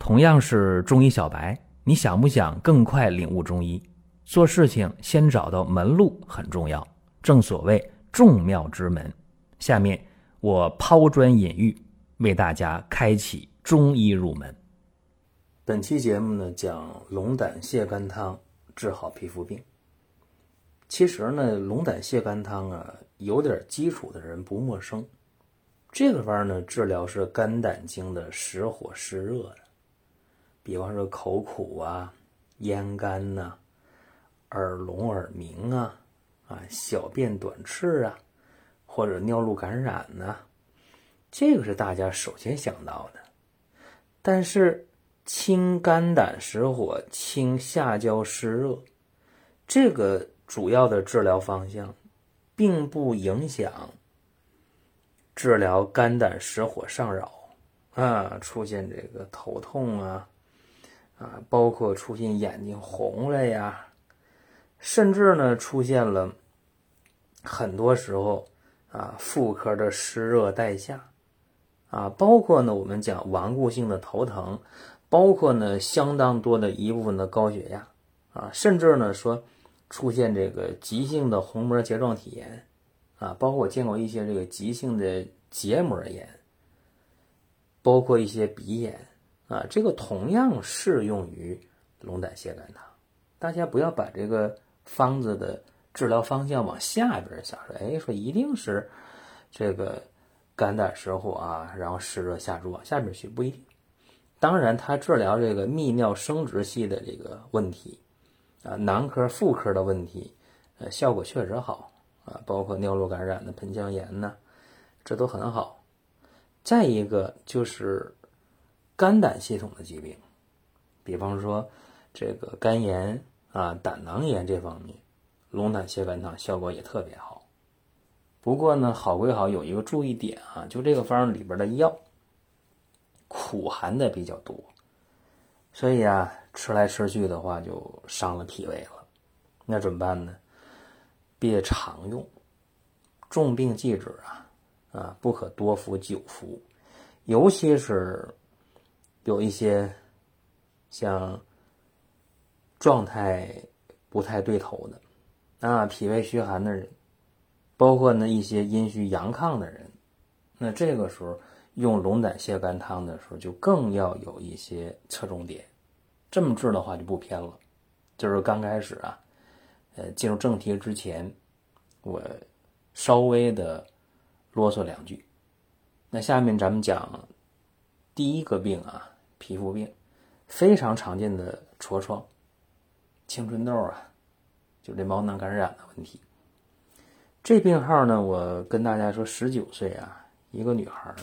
同样是中医小白，你想不想更快领悟中医？做事情先找到门路很重要，正所谓众妙之门。下面我抛砖引玉，为大家开启中医入门。本期节目呢，讲龙胆泻肝汤治好皮肤病。其实呢，龙胆泻肝汤啊，有点基础的人不陌生。这个方呢，治疗是肝胆经的实火湿热的，比方说口苦啊、咽干呐、耳聋耳鸣啊、小便短赤啊，或者尿路感染呐，这个是大家首先想到的。但是清肝胆实火、清下焦湿热，这个主要的治疗方向，并不影响治疗肝胆实火上扰出现这个头痛包括出现眼睛红了呀，甚至呢出现了很多时候妇科的湿热带下包括呢我们讲顽固性的头疼，包括呢相当多的一部分的高血压甚至呢说出现这个急性的虹膜睫状体炎包括我见过一些这个急性的结膜炎，包括一些鼻炎这个同样适用于龙胆泻肝汤。大家不要把这个方子的治疗方向往下边想，说一定是这个肝胆实火然后湿热下注往下边去，不一定。当然它治疗这个泌尿生殖系的这个问题男科妇科的问题效果确实好包括尿路感染的盆腔炎呢，这都很好。再一个就是肝胆系统的疾病，比方说这个肝炎胆囊炎这方面，龙胆泻肝汤效果也特别好。不过呢，好归好，有一个注意点就这个方里边的药苦寒的比较多，所以吃来吃去的话就伤了脾胃了。那怎么办呢？别常用，重病忌止不可多服久服，尤其是有一些像状态不太对头的脾胃虚寒的人，包括呢一些阴虚阳亢的人，那这个时候用龙胆泻肝汤的时候就更要有一些侧重点，这么治的话就不偏了。就是刚开始进入正题之前，我稍微的啰嗦两句。那下面咱们讲第一个病皮肤病，非常常见的痤疮、青春痘就这毛囊感染的问题。这病号呢，我跟大家说，19岁一个女孩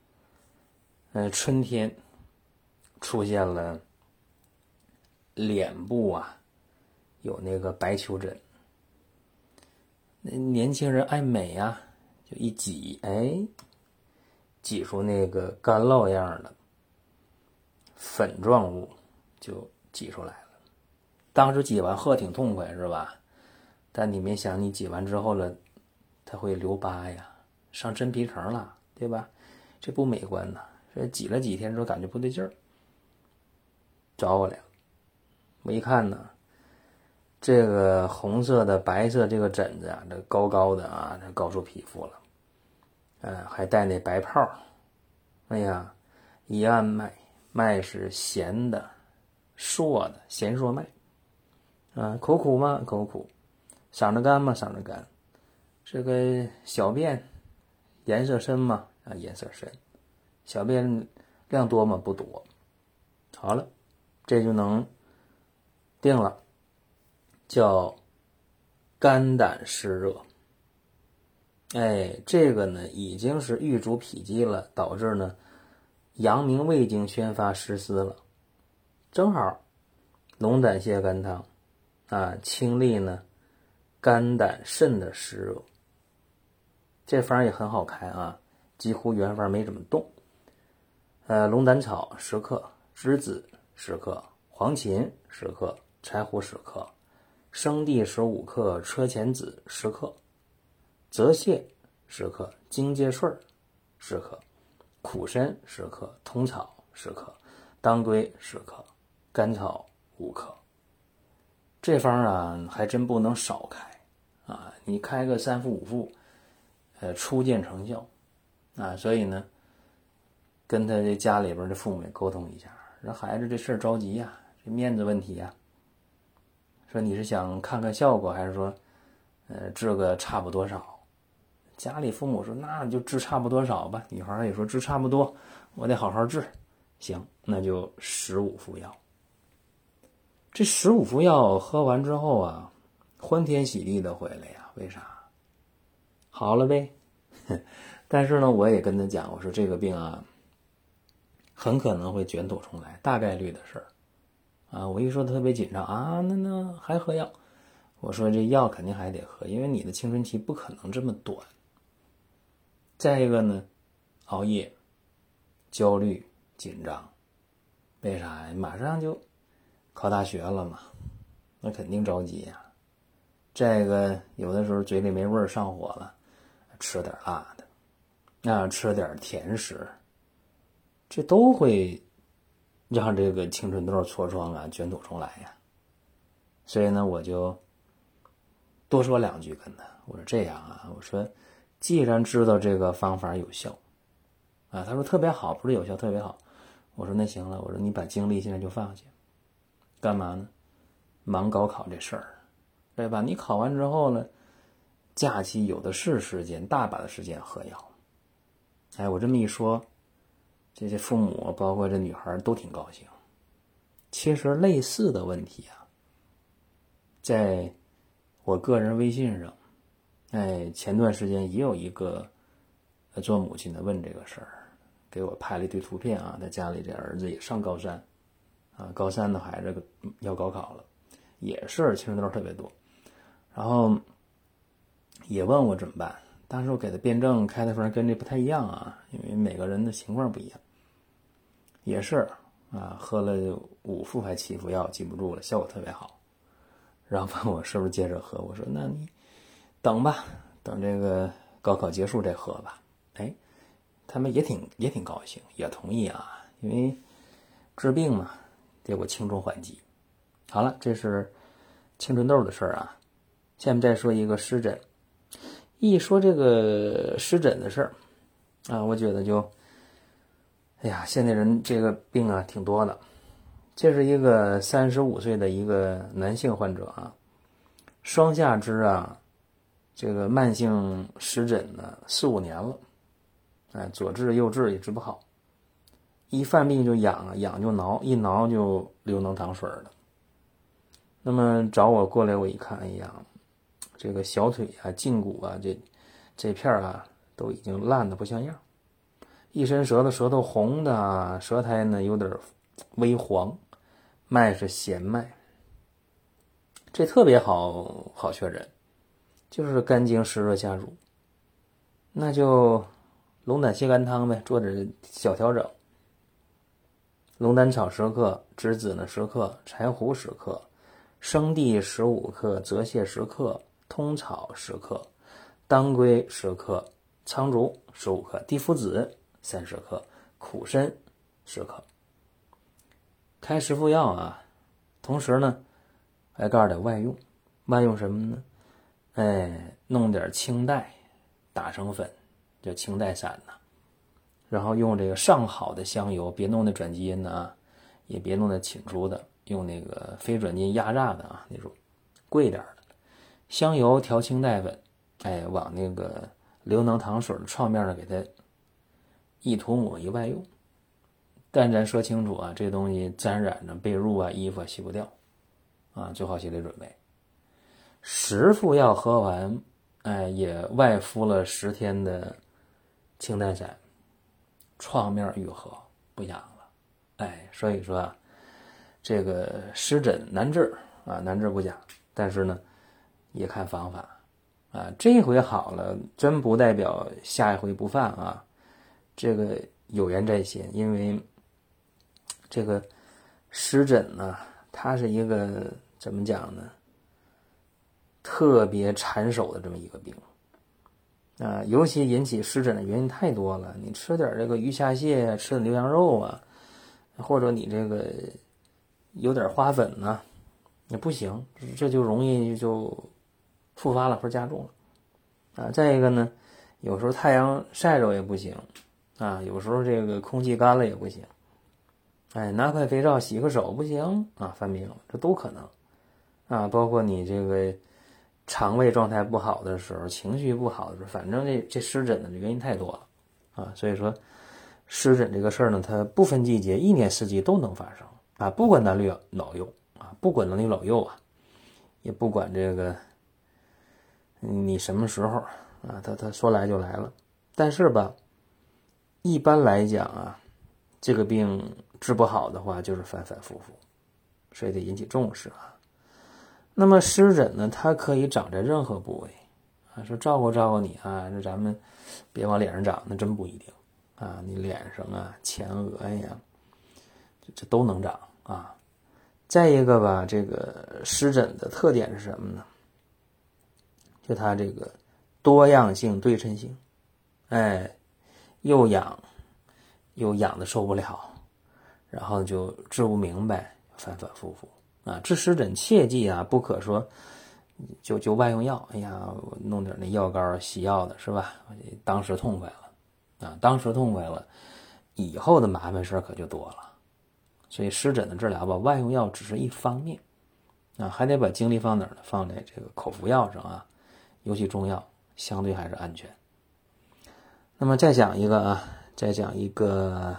春天出现了脸部有那个白丘疹，年轻人爱美就一挤挤出那个干酪样的粉状物就挤出来了。当时挤完喝挺痛快是吧？但你没想你挤完之后了，它会留疤上真皮层了，对吧？这不美观这挤了几天之后感觉不对劲儿，找我来了。我一看呢，这个红色的白色这个疹子这高高的这高出皮肤了，还带那白泡。一按脉是弦的硕的弦硕脉口苦吗？口苦。嗓子干吗？嗓子干。这个小便颜色深吗？颜色深。小便量多吗？不多。好了，这就能定了，叫肝胆湿热。这个呢已经是郁阻脾积了，导致呢阳明胃经宣发失司了。正好龙胆泻肝汤清利呢肝胆肾的湿热。这方也很好开几乎原方没怎么动。龙胆草10克，栀子10克，黄芩10克，柴胡10克，生地15克，车前子10克，泽泻10克，荆芥穗10克，苦参10克，通草10克， 当归10克，甘草5克。这方啊还真不能少开啊，你开个3副5副，初见成效啊。所以呢，跟他这家里边的父母也沟通一下，说孩子这事儿着急呀，这面子问题呀。说你是想看看效果，还是说，治个差不多少？家里父母说那就治差不多少吧。女孩也说治差不多，我得好好治。行，那就15副药。这15副药喝完之后啊，欢天喜地的回来呀。为啥？好了呗。但是呢，我也跟他讲，我说这个病啊，很可能会卷土重来，大概率的事儿。啊，我一说他特别紧张啊，那还喝药？我说这药肯定还得喝，因为你的青春期不可能这么短。再一个呢，熬夜、焦虑、紧张，为啥呀？马上就考大学了嘛，那肯定着急呀。再一个，有的时候嘴里没味儿，上火了，吃点辣的，吃点甜食，这都会让这个青春痘痤疮啊卷土重来呀。所以呢，我就多说2句跟他，我说这样啊，我说既然知道这个方法有效啊，他说特别好，不是有效，特别好。我说那行了，我说你把精力现在就放下，干嘛呢？忙高考这事儿，对吧？你考完之后呢，假期有的是时间，大把的时间喝药。哎，我这么一说，这父母包括这女孩都挺高兴。其实类似的问题啊，在我个人微信上，前段时间也有一个做母亲的问这个事儿，给我拍了一堆图片啊，他家里这儿子也上高三啊，高3的孩子要高考了，也是青春痘特别多，然后也问我怎么办。当时我给他辩证开的方跟这不太一样啊，因为每个人的情况不一样。也是啊，喝了5副还7副药，记不住了，效果特别好。然后问我是不是接着喝，我说那你等吧，等这个高考结束再喝吧。哎，他们也挺高兴，也同意啊，因为治病嘛，得我轻重缓急。好了，这是青春痘的事儿啊。下面再说一个湿疹。一说这个湿疹的事儿啊，我觉得就，哎呀，现在人这个病啊挺多的。这是一个35岁的一个男性患者啊，双下肢啊，这个慢性湿疹呢4、5年了，左治右治也治不好，一犯病就痒，痒就挠，一挠就流脓淌水了。那么找我过来，我一看，哎呀，这个小腿啊、胫骨啊，这片啊都已经烂得不像样，一伸舌头，舌头红的，舌苔呢有点微黄，脉是弦脉，这特别好确诊，就是肝经湿热下乳。那就龙胆泻肝汤呗，做点小调整。龙胆草10克，栀子呢10克，柴胡10克，生地15克，泽泻10克，通草10克，当归10克，苍术15克，地肤子30克，苦参10克。开10副药啊，同时呢还告诉点外用。外用什么呢？弄点清代打成粉，叫清代散呐。然后用这个上好的香油，别弄那转基因的啊，也别弄那浸出的，用那个非转基因压榨的啊，那种贵点的香油调清代粉，往那个流脓淌水的创面上给它一涂抹一外用。但咱说清楚啊，这东西沾染着被褥啊、衣服啊洗不掉啊，做好心理准备。10副药喝完，也外敷了10天的清代散，创面愈合，不痒了。所以说啊，这个湿疹难治啊，难治不假，但是呢，也看方法啊。这回好了，真不代表下一回不犯啊。这个有言在先，因为这个湿疹呢，它是一个怎么讲呢？特别缠手的这么一个病啊，尤其引起湿疹的原因太多了。你吃点这个鱼虾蟹，吃点牛羊肉啊， 或者你这个有点花粉呢，也不行，这就容易就复发了或者加重了啊。再一个呢，有时候太阳晒着也不行啊，有时候这个空气干了也不行，哎，拿块肥皂洗个手不行啊，犯病了，这都可能啊。包括你这个肠胃状态不好的时候，情绪不好的时候，反正这湿疹的原因太多了啊。所以说湿疹这个事儿呢，它不分季节，一年四季都能发生啊，不管男女老幼啊，不管男女老幼啊，也不管这个你什么时候啊，他说来就来了。但是吧，一般来讲啊，这个病治不好的话，就是反反复复，所以得引起重视啊。那么湿疹呢，它可以长在任何部位啊，说照顾照顾你啊，那咱们别往脸上长，那真不一定啊。你脸上啊、前额呀，这都能长啊。再一个吧，这个湿疹的特点是什么呢？就它这个多样性、对称性，哎，又痒又痒的受不了，然后就治不明白，反反复复啊。治湿疹切记啊，不可说就外用药，哎呀，我弄点那药膏西药的是吧？当时痛快了啊，当时痛快了，以后的麻烦事可就多了。所以湿疹的治疗吧，外用药只是一方面啊，还得把精力放哪儿呢？放在这个口服药上啊，尤其中药相对还是安全。那么再讲一个啊，再讲一个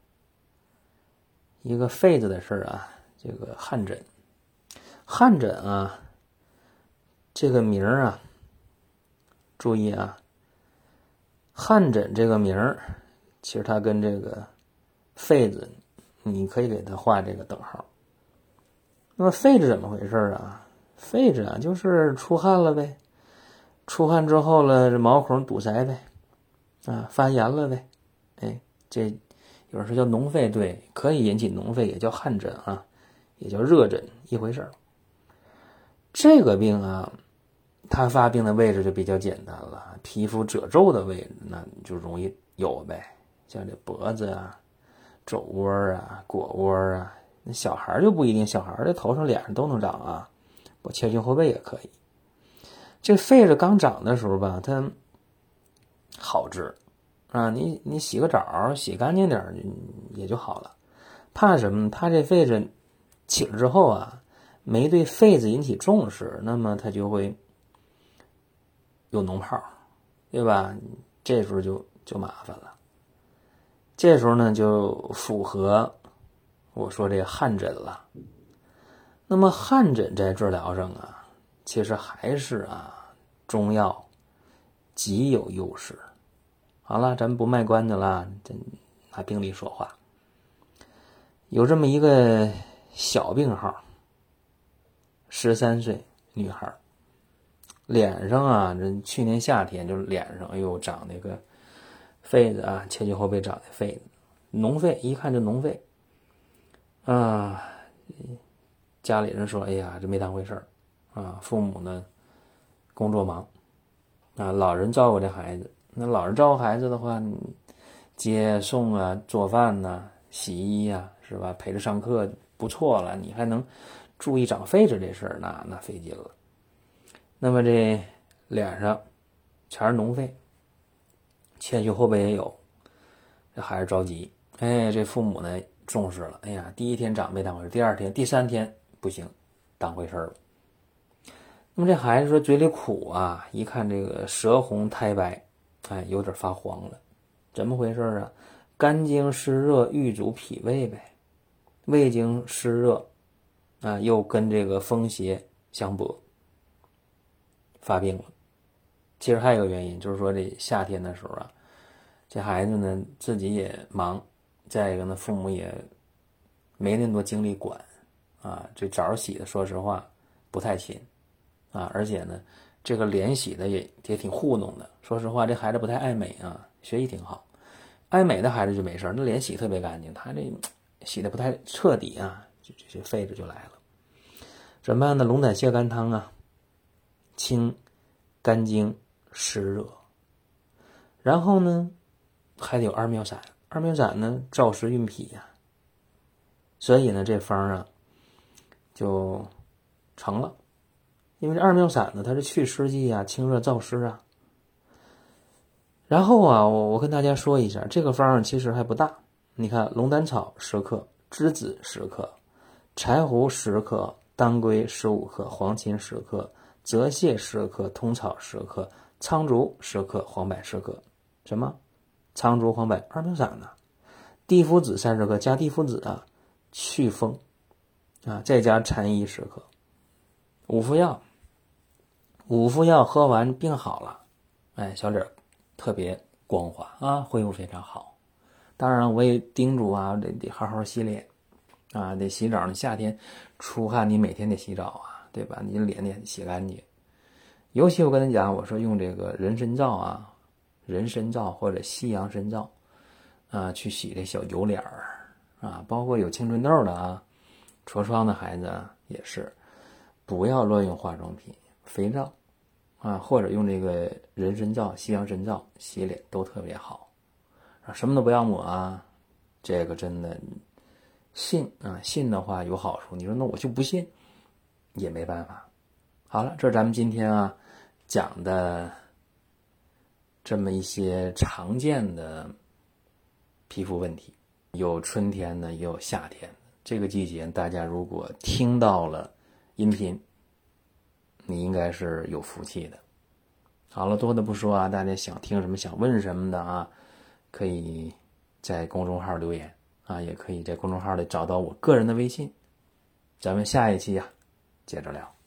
痱子的事儿啊，这个汗疹。汗疹啊，这个名儿啊，注意啊，汗疹这个名儿，其实它跟这个痱子，你可以给它画这个等号。那么痱子怎么回事啊？痱子啊，就是出汗了呗，出汗之后了，这毛孔堵塞呗，啊，发炎了呗，哎，这有人说叫脓痱，对，可以引起脓痱，也叫汗疹啊，也叫热疹，一回事儿。这个病啊，它发病的位置就比较简单了，皮肤褶皱的位置那就容易有呗，像这脖子啊、肘窝啊、腘窝啊，那小孩就不一定，小孩的头上、脸上都能长啊，我前胸后背也可以。这痱子刚长的时候吧，它好治啊，你洗个澡，洗干净点也就好了。怕什么？怕这痱子起了之后啊，没对痱子引起重视，那么它就会有脓泡，对吧？这时候就麻烦了。这时候呢，就符合我说这个汗疹了。那么汗疹在治疗上啊，其实还是啊中药极有优势。好了，咱们不卖关子了，真拿病例说话。有这么一个小病号，13岁女孩，脸上啊，这去年夏天就是脸上，哎呦，长那个痱子啊，前胸后背长的痱子，脓痱，一看就脓痱啊。家里人说，哎呀，这没当回事儿啊。父母呢，工作忙啊，老人照顾这孩子。那老人照顾孩子的话，接送啊，做饭呐，洗衣呀，是吧？陪着上课不错了，你还能注意长痱子这事儿，那费劲了。那么这脸上全是脓痱，前胸后背也有，这孩子着急。哎，这父母呢重视了。哎呀，第一天长没当回事，第二天、第三天不行，当回事了。那么这孩子说嘴里苦啊，一看这个舌红苔白，哎，有点发黄了，怎么回事啊？肝经湿热郁阻脾胃呗，胃经湿热啊，又跟这个风邪相搏，发病了。其实还有一个原因，就是说这夏天的时候啊，这孩子呢自己也忙，再一个呢父母也没那么多精力管啊，这澡洗的说实话不太勤啊，而且呢这个脸洗的也挺糊弄的。说实话，这孩子不太爱美啊，学习挺好，爱美的孩子就没事，那脸洗特别干净，他这洗的不太彻底啊，这痱子就来了。怎么办呢？龙胆泻肝汤啊，清肝经湿热。然后呢还得有二妙散，二妙散呢燥湿运脾呀， 所以呢，这方啊就成了。因为这二妙散呢，它是祛湿剂啊，清热燥湿啊。然后啊，我跟大家说一下，这个方其实还不大。你看，龙胆草10克，栀子10克，柴胡10克，当归15克，黄芩10克，泽泻10克，通草10克，苍术10克，黄柏10克。什么？苍术、黄柏二妙散呢？地肤子30克，加地肤子啊，祛风啊，再加蝉衣10克。5副药，5副药喝完病好了，哎，小脸特别光滑啊，恢复非常好。当然我也叮嘱啊，得好好洗脸啊，得洗澡。你夏天出汗，你每天得洗澡啊，对吧？你脸得洗干净。尤其我跟你讲，我说用这个人参皂啊，人参皂或者西洋参皂啊，去洗这小油脸儿啊，包括有青春痘的啊，痤疮的孩子啊，也是不要乱用化妆品、肥皂啊，或者用这个人参皂、西洋参皂洗脸都特别好啊，什么都不要抹啊。这个真的信啊，信的话有好处。你说那我就不信，也没办法。好了，这是咱们今天啊讲的这么一些常见的皮肤问题，有春天的，也有夏天的。这个季节大家如果听到了音频，你应该是有福气的。好了，多的不说啊，大家想听什么想问什么的啊，可以在公众号留言啊，也可以在公众号里找到我个人的微信。咱们下一期啊接着聊。